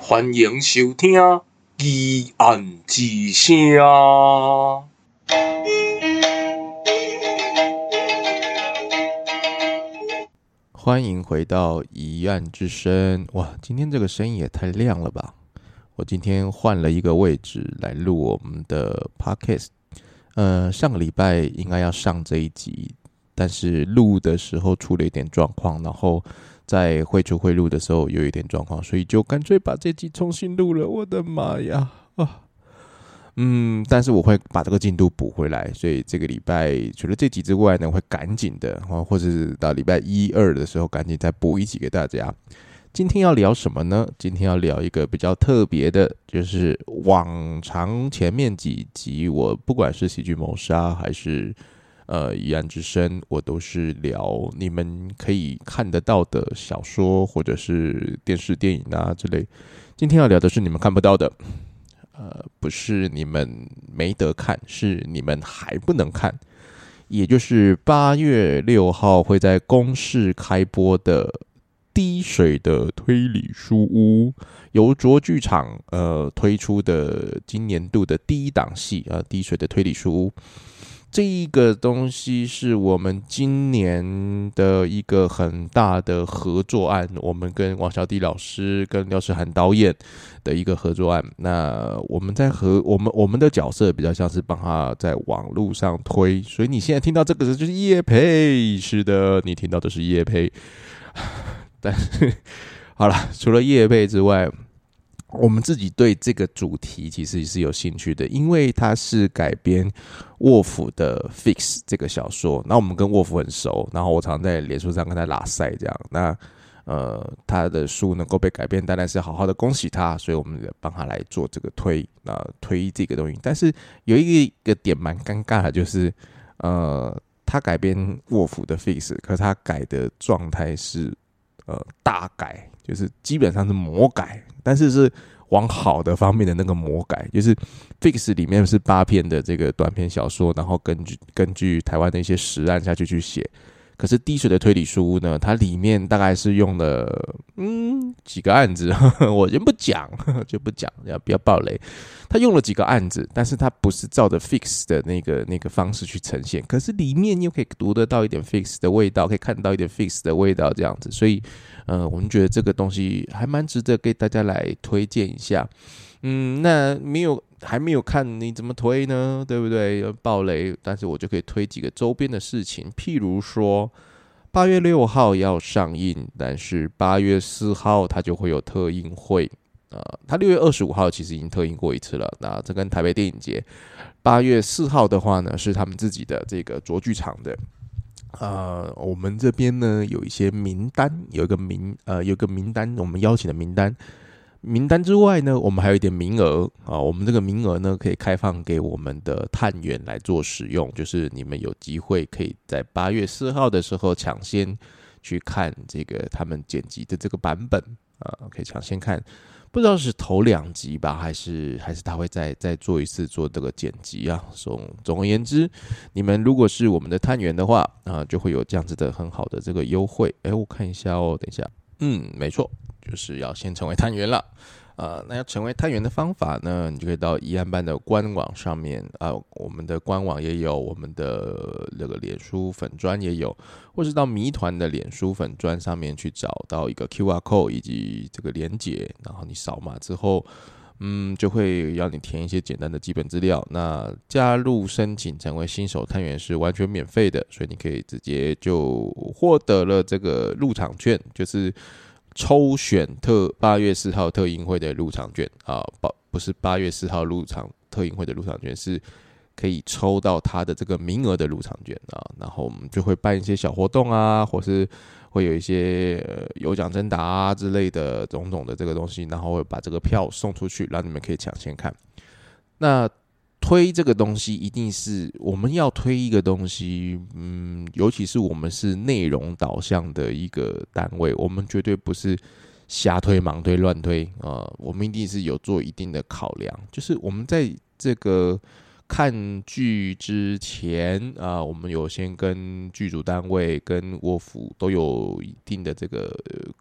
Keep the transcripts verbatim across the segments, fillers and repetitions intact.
欢迎收听《疑案之声》。 欢迎回到疑案之声。哇，今天这个声音也太亮了吧！我今天换了一个位置来录我们的 podcast。呃，上个礼拜应该要上这一集，但是录的时候出了一点状况，然后在会出会录的时候有一点状况，所以就干脆把这集重新录了。我的妈呀！啊，嗯，但是我会把这个进度补回来，所以这个礼拜除了这集之外呢，会赶紧的，或者是到礼拜一二的时候赶紧再补一集给大家。今天要聊什么呢？今天要聊一个比较特别的，就是往常前面几集我不管是喜剧谋杀还是呃疑案之声，我都是聊你们可以看得到的小说或者是电视电影啊之类。今天要聊的是你们看不到的，呃，不是你们没得看，是你们还不能看，也就是八月六号会在公视开播的滴水的推理书屋，由卓剧场呃推出的今年度的第一档戏啊，滴水的推理书屋。这一个东西是我们今年的一个很大的合作案，我们跟王小弟老师跟廖世涵导演的一个合作案。那我们在和我们我们的角色比较像是帮他在网络上推，所以你现在听到这个就是业配，是的，你听到的是业配。但是好了，除了业配之外，我们自己对这个主题其实是有兴趣的，因为它是改编沃夫的《Fix》这个小说。那我们跟沃夫很熟，然后我常在脸书上跟他拉塞这样。那呃，他的书能够被改编，当然是好好的恭喜他，所以我们帮他来做这个推，那推这个东西。但是有一个点蛮尴尬的，就是呃，他改编沃夫的《Fix》，可是他改的状态是呃大改。就是基本上是魔改，但是是往好的方面的那个魔改，就是 Fix 里面是八篇的这个短篇小说，然后根据根据台湾的一些实案下去去写。可是滴水的推理书屋呢，它里面大概是用了嗯几个案子，呵呵我先不讲，就不讲，要不要爆雷？他用了几个案子，但是他不是照着 Fix 的那个那个方式去呈现，可是里面又可以读得到一点 Fix 的味道，可以看到一点 Fix 的味道，这样子，所以呃，我们觉得这个东西还蛮值得给大家来推荐一下。嗯，那没有还没有看你怎么推呢？对不对？爆雷，但是我就可以推几个周边的事情，譬如说八月六号要上映，但是八月四号它就会有特映会。呃，它六月二十五号其实已经特映过一次了。那这跟台北电影节，八月四号的话呢，是他们自己的这个卓剧场的。呃，我们这边呢有一些名单，有一个名呃有一个名单，我们邀请的名单。名单之外呢，我们还有一点名额啊。我们这个名额呢，可以开放给我们的探员来做使用，就是你们有机会可以在八月四号的时候抢先去看这个他们剪辑的这个版本啊，可以抢先看。不知道是头两集吧，还是还是他会再再做一次做这个剪辑啊。总总而言之，你们如果是我们的探员的话啊，就会有这样子的很好的这个优惠。哎，我看一下哦，等一下，嗯，没错，就是要先成为探员了。呃，那要成为探员的方法呢，你就可以到疑案班的官网上面啊、呃，我们的官网也有，我们的那个脸书粉专也有，或是到谜团的脸书粉专上面去找到一个 Q R code 以及这个连结，然后你扫码之后，嗯，就会要你填一些简单的基本资料。那加入申请成为新手探员是完全免费的，所以你可以直接就获得了这个入场券，就是抽选特八月四号特映会的入场券啊，不是八月四号入场特映会的入场券，是可以抽到他的这个名额的入场券啊。然后我们就会办一些小活动啊，或是会有一些、呃、有奖征答啊之类的种种的这个东西，然后会把这个票送出去，让你们可以抢先看。那推这个东西一定是我们要推一个东西，嗯，尤其是我们是内容导向的一个单位，我们绝对不是瞎推、盲推、乱推啊、呃，我们一定是有做一定的考量，就是我们在这个看剧之前啊、呃，我们有先跟剧组单位、跟沃夫都有一定的这个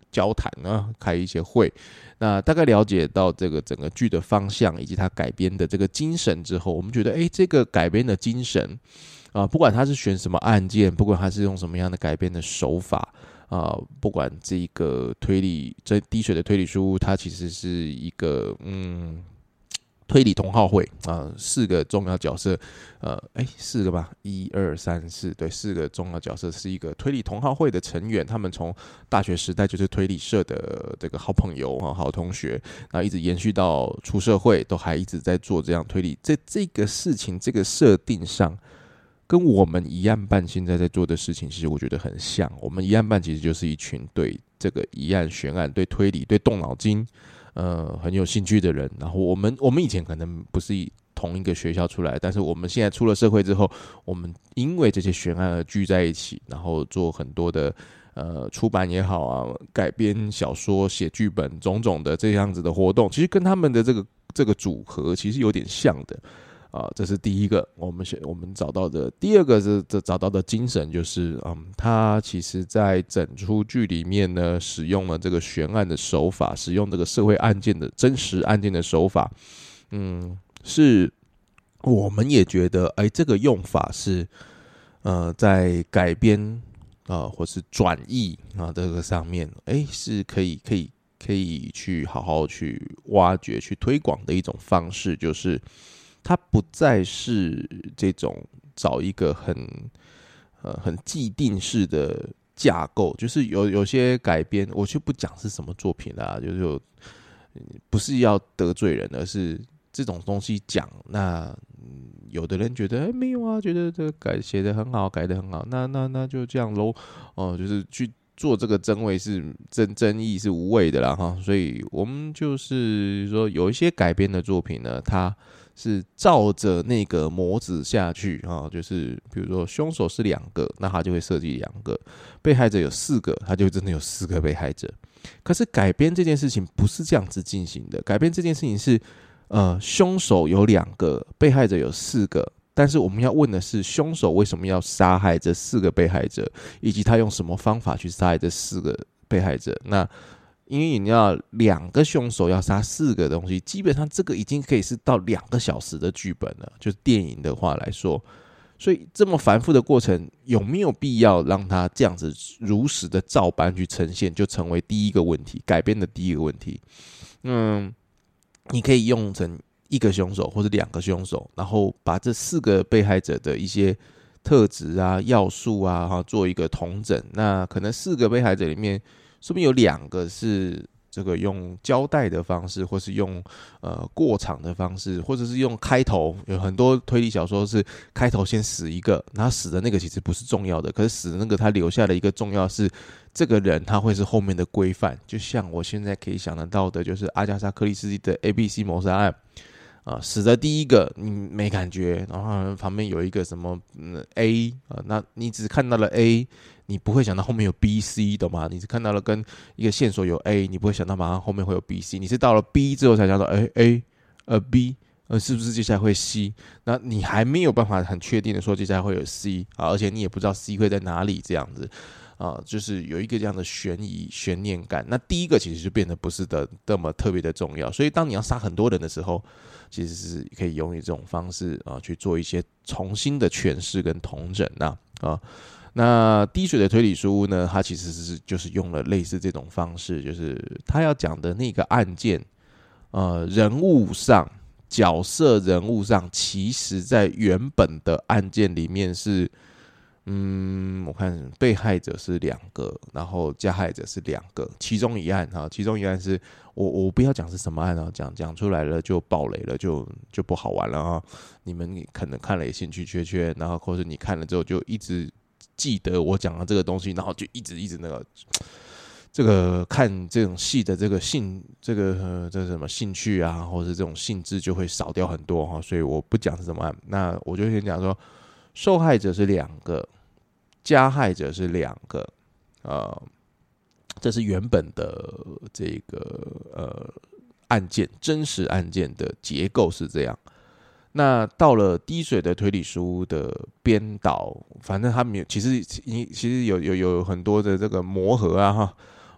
交谈啊，开一些会。那大概了解到这个整个剧的方向以及它改编的这个精神之后，我们觉得，哎，这个改编的精神啊、呃，不管他是选什么案件，不管他是用什么样的改编的手法啊、呃，不管这个推理，这滴水的推理书，它其实是一个嗯。推理同好会啊、呃，四个重要角色，呃，哎，四个吧，一二三四，对，四个重要角色是一个推理同好会的成员，他们从大学时代就是推理社的这个好朋友啊，好同学，然后一直延续到出社会，都还一直在做这样推理。这这个事情，这个设定上，跟我们疑案办现在在做的事情，其实我觉得很像。我们疑案办其实就是一群对这个疑案悬案、对推理、对动脑筋。呃，很有兴趣的人，然后我们我们以前可能不是同一个学校出来，但是我们现在出了社会之后，我们因为这些悬案而聚在一起，然后做很多的呃出版也好啊，改编小说、写剧本，种种的这样子的活动，其实跟他们的这个这个组合其实有点像的。啊、呃，这是第一个我们我们找到的。第二个是这找到的精神，就是嗯，他其实在整出剧里面呢，使用了这个悬案的手法，使用这个社会案件的真实案件的手法，嗯，是我们也觉得，哎，这个用法是呃，在改编啊、呃，或是转译啊这个上面，哎，是可以可以可以去好好去挖掘、去推广的一种方式，就是。它不再是这种找一个很呃很既定式的架构，就是有有些改编，我就不讲是什么作品啦，就是有不是要得罪人，而是这种东西讲，那、嗯、有的人觉得哎没有啊，觉得这个改写的很好，改的很好，那那那就这样喽，哦、呃，就是去做这个争位是争争议是无谓的啦哈，所以我们就是说有一些改编的作品呢，它。是照着那个模子下去啊，就是比如说凶手是两个，那他就会设计两个；被害者有四个，他就真的有四个被害者。可是改编这件事情不是这样子进行的，改编这件事情是，呃，凶手有两个，被害者有四个，但是我们要问的是，凶手为什么要杀害这四个被害者，以及他用什么方法去杀害这四个被害者？那因为你要两个凶手要杀四个东西，基本上这个已经可以是到两个小时的剧本了，就是电影的话来说，所以这么繁复的过程有没有必要让它这样子如实的照搬去呈现，就成为第一个问题，改编的第一个问题。嗯，你可以用成一个凶手或者两个凶手，然后把这四个被害者的一些特质啊、要素啊，做一个统整。那可能四个被害者里面。说不定有两个是这个用交代的方式，或是用呃过场的方式，或者是用开头。有很多推理小说是开头先死一个，然后死的那个其实不是重要的，可是死的那个他留下的一个重要是这个人他会是后面的规范。就像我现在可以想得到的，就是阿加莎·克里斯蒂的 A B C 谋杀案。啊，死的第一个你没感觉，然后旁边有一个什么、嗯、A 啊，那你只看到了 A， 你不会想到后面有 B、C， 懂吗？你只看到了跟一个线索有 A， 你不会想到马上后面会有 B、C， 你是到了 B 之后才想到，哎 A 呃 B 呃是不是接下来会 C？ 那你还没有办法很确定的说接下来会有 C 啊，而且你也不知道 C 会在哪里这样子。啊，就是有一个这样的悬疑悬念感。那第一个其实就变得不是的那么特别的重要，所以当你要杀很多人的时候，其实是可以用这种方式啊去做一些重新的诠释跟统整呐啊。那滴水的推理书呢，它其实是就是用了类似这种方式，就是他要讲的那个案件，呃，人物上、角色人物上，其实在原本的案件里面是。嗯，我看被害者是两个，然后加害者是两个，其中一案哈，其中一案是我我不要讲是什么案啊，讲讲出来了就爆雷了，就就不好玩了啊。你们可能看了也兴趣缺缺，然后或者你看了之后就一直记得我讲的这个东西，然后就一直一直那个这个看这种戏的这个兴这个呃这什么兴趣啊，或者这种兴致就会少掉很多哈，所以我不讲是什么案，那我就先讲说受害者是两个。加害者是两个，呃，这是原本的这个呃案件真实案件的结构是这样。那到了滴水的推理书的编导，反正他们其实其实有有有很多的这个磨合啊哈，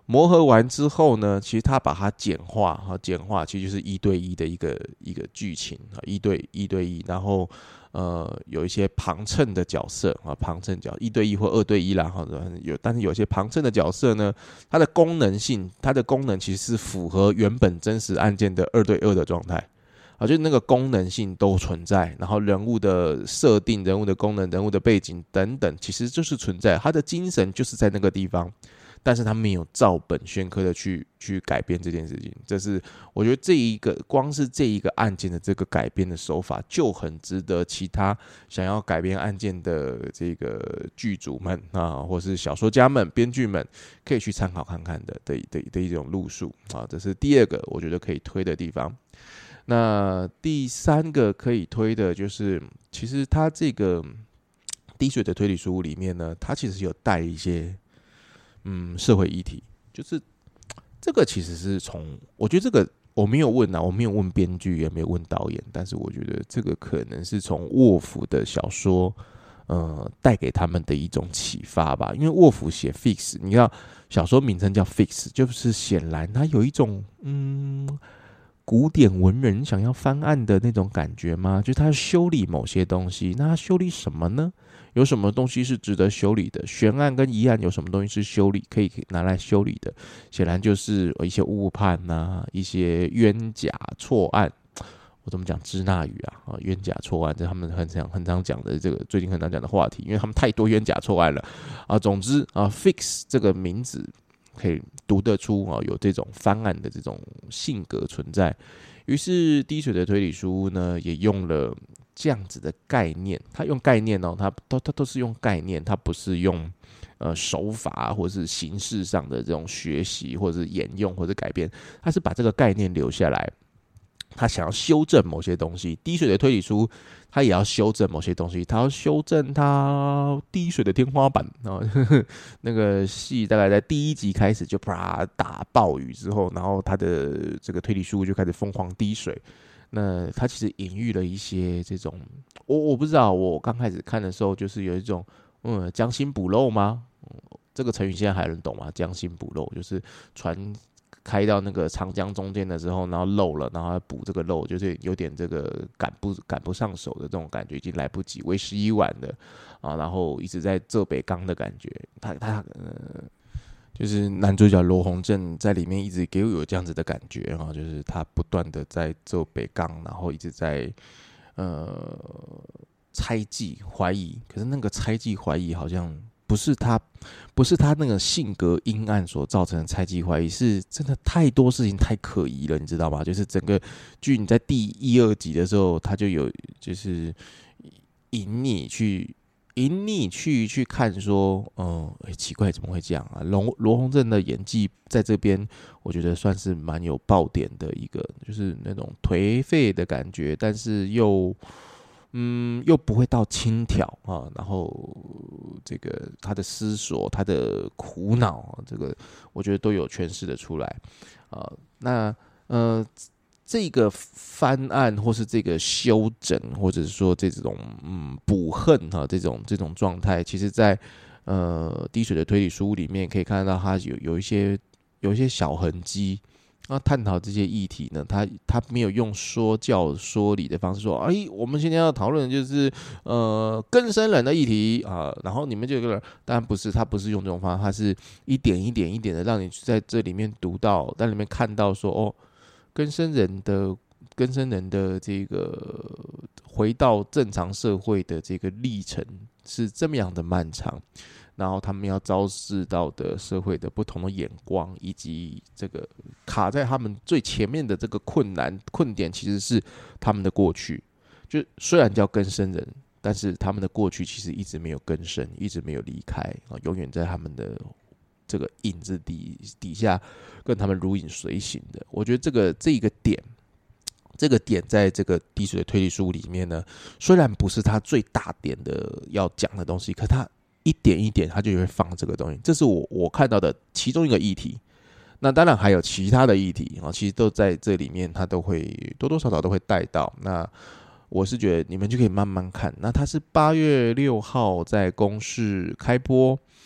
磨合完之后呢，其实他把它简化哈，简化其实就是一对一的一个一个剧情啊，一对一对一，然后呃有一些旁衬的角色啊，旁衬角一对一或二对一啦，哈，有但是有些旁衬的角色呢，它的功能性，它的功能其实是符合原本真实案件的二对二的状态。啊，就是那个功能性都存在，然后人物的设定、人物的功能、人物的背景等等，其实就是存在，他的精神就是在那个地方，但是他没有照本宣科的去去改变这件事情。这是我觉得这一个光是这一个案件的这个改编的手法，就很值得其他想要改编案件的这个剧组们啊，或是小说家们、编剧们，可以去参考看看的的的的一种路数啊。这是第二个我觉得可以推的地方。那第三个可以推的就是，其实它这个滴水的推理书里面呢，它其实有带一些嗯社会议题，就是这个其实是从我觉得这个我没有问啊，我没有问编剧，也没有问导演，但是我觉得这个可能是从沃夫的小说呃带给他们的一种启发吧，因为沃夫写 Fix， 你知道小说名称叫 Fix， 就是显然它有一种嗯。古典文人想要翻案的那种感觉吗？就是他要修理某些东西，那他修理什么呢？有什么东西是值得修理的？悬案跟疑案有什么东西是修理可以拿来修理的？显然就是一些误判啊，一些冤假错案。我怎么讲支那语啊？冤假错案，这是他们很常很常讲的这个最近很常讲的话题，因为他们太多冤假错案了啊。总之啊 ，Fix 这个名字。可以读得出有这种翻案的这种性格存在，于是滴水的推理书呢，也用了这样子的概念。他用概念哦，他都他都是用概念，他不是用呃手法或是形式上的这种学习，或者是沿用或者改变，他是把这个概念留下来。他想要修正某些东西，滴水的推理书，他也要修正某些东西，他要修正他滴水的天花板啊。那个戏大概在第一集开始就啪打暴雨之后，然后他的这个推理书就开始疯狂滴水。那他其实隐喻了一些这种，我我不知道，我刚开始看的时候就是有一种嗯将心补漏吗？这个成语现在还有人懂吗？将心补漏就是船。开到那个长江中间的时候，然后漏了，然后补这个漏，就是有点这个赶不赶不上手的这种感觉，已经来不及，为时已晚的啊，然后一直在浙北刚的感觉，他他呃，就是男主角罗洪正在里面一直给我有这样子的感觉啊，就是他不断的在浙北刚，然后一直在呃猜忌怀疑，可是那个猜忌怀疑好像。不是他，不是他那个性格阴暗所造成的猜忌怀疑，是真的太多事情太可疑了，你知道吗？就是整个剧你在第一二集的时候，他就有就是引你去引你去去看说，嗯，欸、奇怪怎么会这样啊？罗罗洪正的演技在这边，我觉得算是蛮有爆点的一个，就是那种颓废的感觉，但是又。嗯，又不会到轻佻啊，然后这个他的思索、他的苦恼，这个我觉得都有诠释的出来啊。那呃，这个翻案或是这个修整，或者是说这种嗯补恨哈、啊，这种这种状态，其实在呃滴水的推理书里面可以看到，它有有一些有一些小痕迹。那探讨这些议题呢，他他没有用说教说理的方式说，哎，我们今天要讨论的就是呃更生人的议题啊，然后你们这个当然不是，他不是用这种方法，他是一点一点一点的让你在这里面读到，在里面看到说，哦，更生人的更生人的这个回到正常社会的这个历程是这么样的漫长。然后他们要遭受到的社会的不同的眼光，以及这个卡在他们最前面的这个困难困点，其实是他们的过去。就虽然叫更生人，但是他们的过去其实一直没有更生，一直没有离开啊，永远在他们的这个影子底底下，跟他们如影随形的。我觉得这个这一个点。这个点在这个滴水的推理书里面呢，虽然不是他最大点的要讲的东西，可他一点一点他就会放这个东西，这是我我看到的其中一个议题。那当然还有其他的议题啊，其实都在这里面，他都会多多少少都会带到。那我是觉得你们就可以慢慢看。那它是八月六号在公视开播，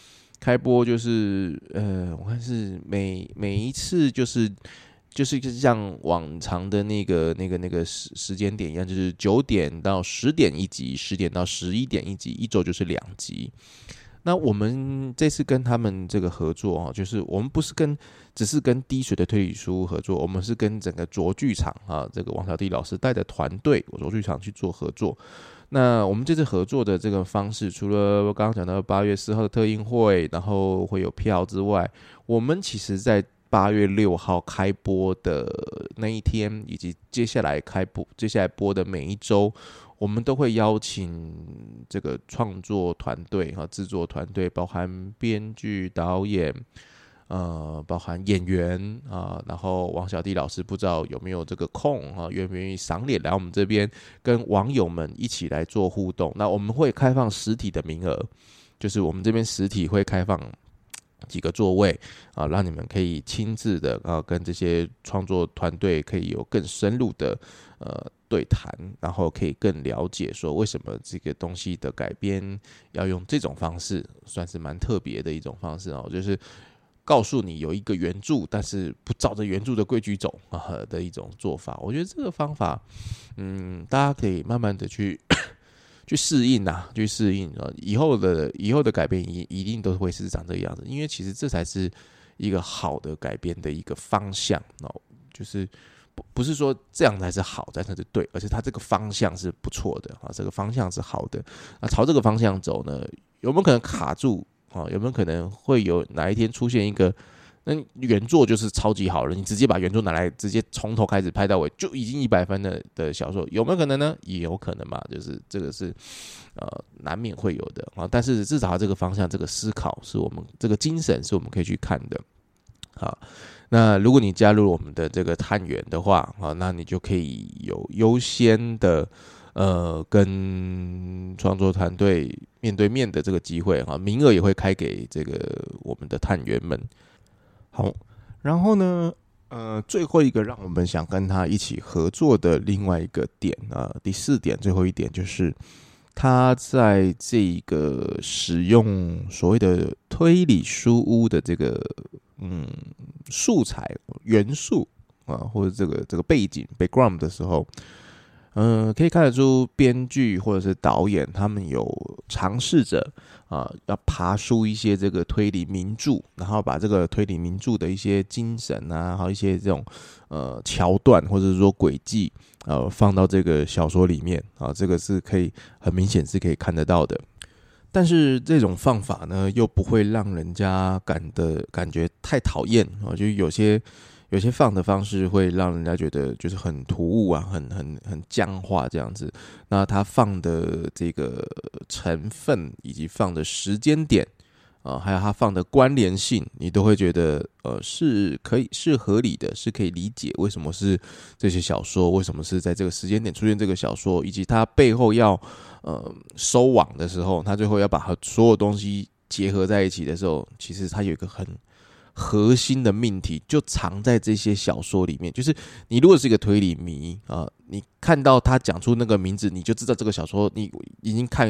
开播就是呃，我看是每每一次就是就是像往常的那个那个那个时时间点一样，就是九点到十点一集，十点到十一点一集，一周就是两集。那我们这次跟他们这个合作啊，就是我们不是跟只是跟滴水的推理书合作，我们是跟整个卓剧场啊，这个王小弟老师带的团队卓剧场去做合作。那我们这次合作的这个方式，除了刚刚讲到八月四号的特映会，然后会有票之外，我们其实在八月六号开播的那一天，以及接下来开播、接下来播的每一周，我们都会邀请这个创作团队和制作团队，包含编剧、导演。呃，包含演员啊，然后王小弟老师不知道有没有这个空啊，愿不愿意赏脸来我们这边跟网友们一起来做互动？那我们会开放实体的名额，就是我们这边实体会开放几个座位啊，让你们可以亲自的啊跟这些创作团队可以有更深入的呃对谈，然后可以更了解说为什么这个东西的改编要用这种方式，算是蛮特别的一种方式哦，就是。告诉你有一个原著，但是不照着原著的规矩走啊的一种做法，我觉得这个方法，嗯，大家可以慢慢的去去适应啊，去适应啊，以后的以后的改编一一定都会是长这个样子，因为其实这才是一个好的改编的一个方向哦，就是不不是说这样才是好，这样才是对，而且它这个方向是不错的啊，这个方向是好的，那朝这个方向走呢，有没有可能卡住？哦，有没有可能会有哪一天出现一个，那原作就是超级好了，你直接把原作拿来，直接从头开始拍到尾，就已经一百分的的小说，有没有可能呢？也有可能嘛，就是这个是呃难免会有的啊。但是至少这个方向，这个思考是我们这个精神是我们可以去看的。好，那如果你加入我们的这个探员的话啊，那你就可以有优先的。呃，跟创作团队面对面的这个机会啊，名额也会开给这个我们的探员们。好，然后呢，呃，最后一个让我们想跟他一起合作的另外一个点啊、呃，第四点，最后一点就是他在这个使用所谓的推理书屋的这个嗯素材元素啊，或者这个这个背景 background 的时候。嗯、呃，可以看得出编剧或者是导演他们有尝试着啊，要爬出一些这个推理名著，然后把这个推理名著的一些精神啊，还有一些这种呃桥段或者是说轨迹，呃，放到这个小说里面啊，这个是可以很明显是可以看得到的。但是这种方法呢，又不会让人家感的感觉太讨厌啊，就有些。有些放的方式会让人家觉得就是很突兀啊，很很很僵化这样子。那他放的这个成分以及放的时间点啊、呃，还有他放的关联性，你都会觉得呃是可以是合理的，是可以理解为什么是这些小说，为什么是在这个时间点出现这个小说，以及他背后要呃收网的时候，他最后要把他所有东西结合在一起的时候，其实他有一个很。核心的命题就藏在这些小说里面，就是你如果是一个推理迷啊、呃，你看到他讲出那个名字，你就知道这个小说你已经看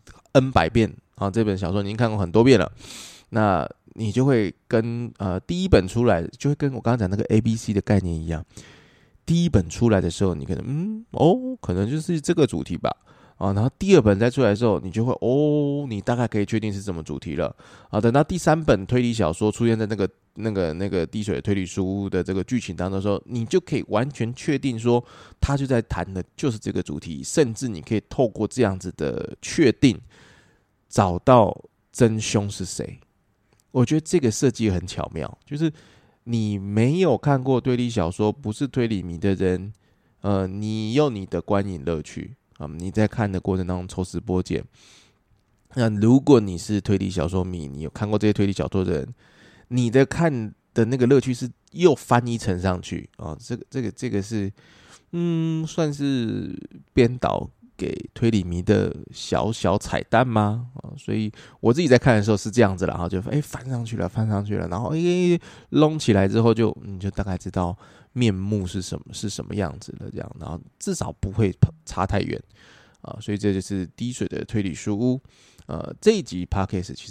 N 百遍啊，这本小说你已经看过很多遍了，那你就会跟呃第一本出来，就会跟我刚刚讲那个 A B C 的概念一样，第一本出来的时候，你可能嗯哦，可能就是这个主题吧。啊，然后第二本再出来的时候，你就会哦，你大概可以确定是什么主题了啊。等到第三本推理小说出现在那个那个那个滴水的推理书的这个剧情当中的时候，你就可以完全确定说，他就在谈的就是这个主题，甚至你可以透过这样子的确定，找到真凶是谁。我觉得这个设计很巧妙，就是你没有看过推理小说，不是推理迷的人，呃，你有你的观影乐趣。啊，你在看的过程当中抽丝剥茧。那如果你是推理小说迷，你有看过这些推理小说的人，你的看的那个乐趣是又翻一层上去啊。这个这个这个是，嗯，算是编导给推理迷的小小彩蛋吗？啊，所以我自己在看的时候是这样子啦，然后就哎、欸、翻上去了，翻上去了，然后哎、欸、弄起来之后就你就大概知道面目是什么是什么样子的，这样，然后至少不会差太远啊。所以这就是滴水的推理书屋。呃，这一集 Podcast 其实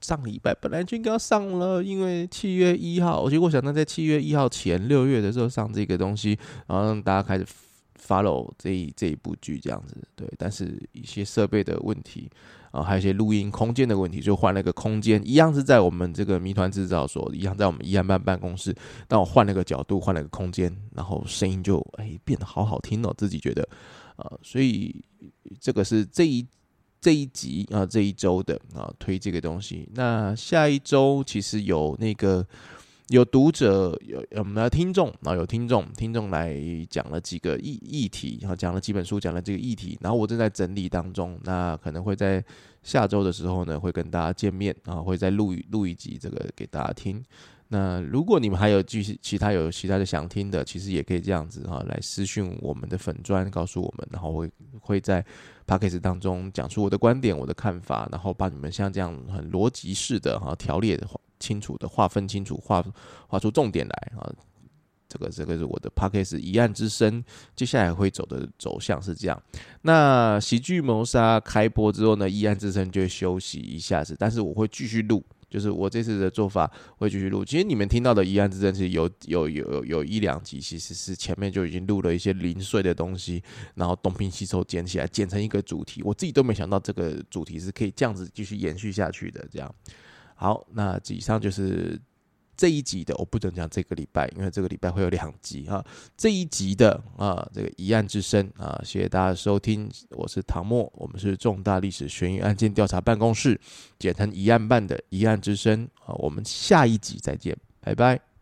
上礼拜本来就应该要上了，因为七月一号，结果想到在七月一号前六月的时候上这个东西，然后让大家开始 follow 这一这一部剧这样子，对，但是一些设备的问题啊，还有一些录音空间的问题，就换了一个空间，一样是在我们这个谜团制造所，一样在我们一案办办公室，但我换了个角度，换了个空间，然后声音就哎变得好好听哦，自己觉得，呃，所以这个是这一这一集啊这一周的啊推这个东西，那下一周其实有那个。有读者有我们的听众啊，有听众听众来讲了几个议议题，然后讲了几本书，讲了这个议题，然后我正在整理当中，那可能会在下周的时候呢，会跟大家见面啊，会再录录一集这个给大家听。那如果你们还有继续其他有其他的想听的，其实也可以这样子哈，来私讯我们的粉专告诉我们，然后会会在 Podcast 当中讲出我的观点、我的看法，然后把你们像这样很逻辑式的哈条列的清楚的划分清楚，画画出重点来啊。这个这个是我的 Podcast 疑案之声，接下来会走的走向是这样。那喜剧谋杀开播之后呢，疑案之声就会休息一下子，但是我会继续录。就是我这次的做法会继续录，其实你们听到的疑案之声是有有有有一两集，其实是前面就已经录了一些零碎的东西，然后东拼西凑剪起来，剪成一个主题。我自己都没想到这个主题是可以这样子继续延续下去的。这样，好，那以上就是这一集的，我不能讲这个礼拜，因为这个礼拜会有两集哈。这一集的啊，这个疑案之声啊，谢谢大家的收听，我是唐默，我们是重大历史悬疑案件调查办公室，简称疑案办的疑案之声啊，我们下一集再见，拜拜。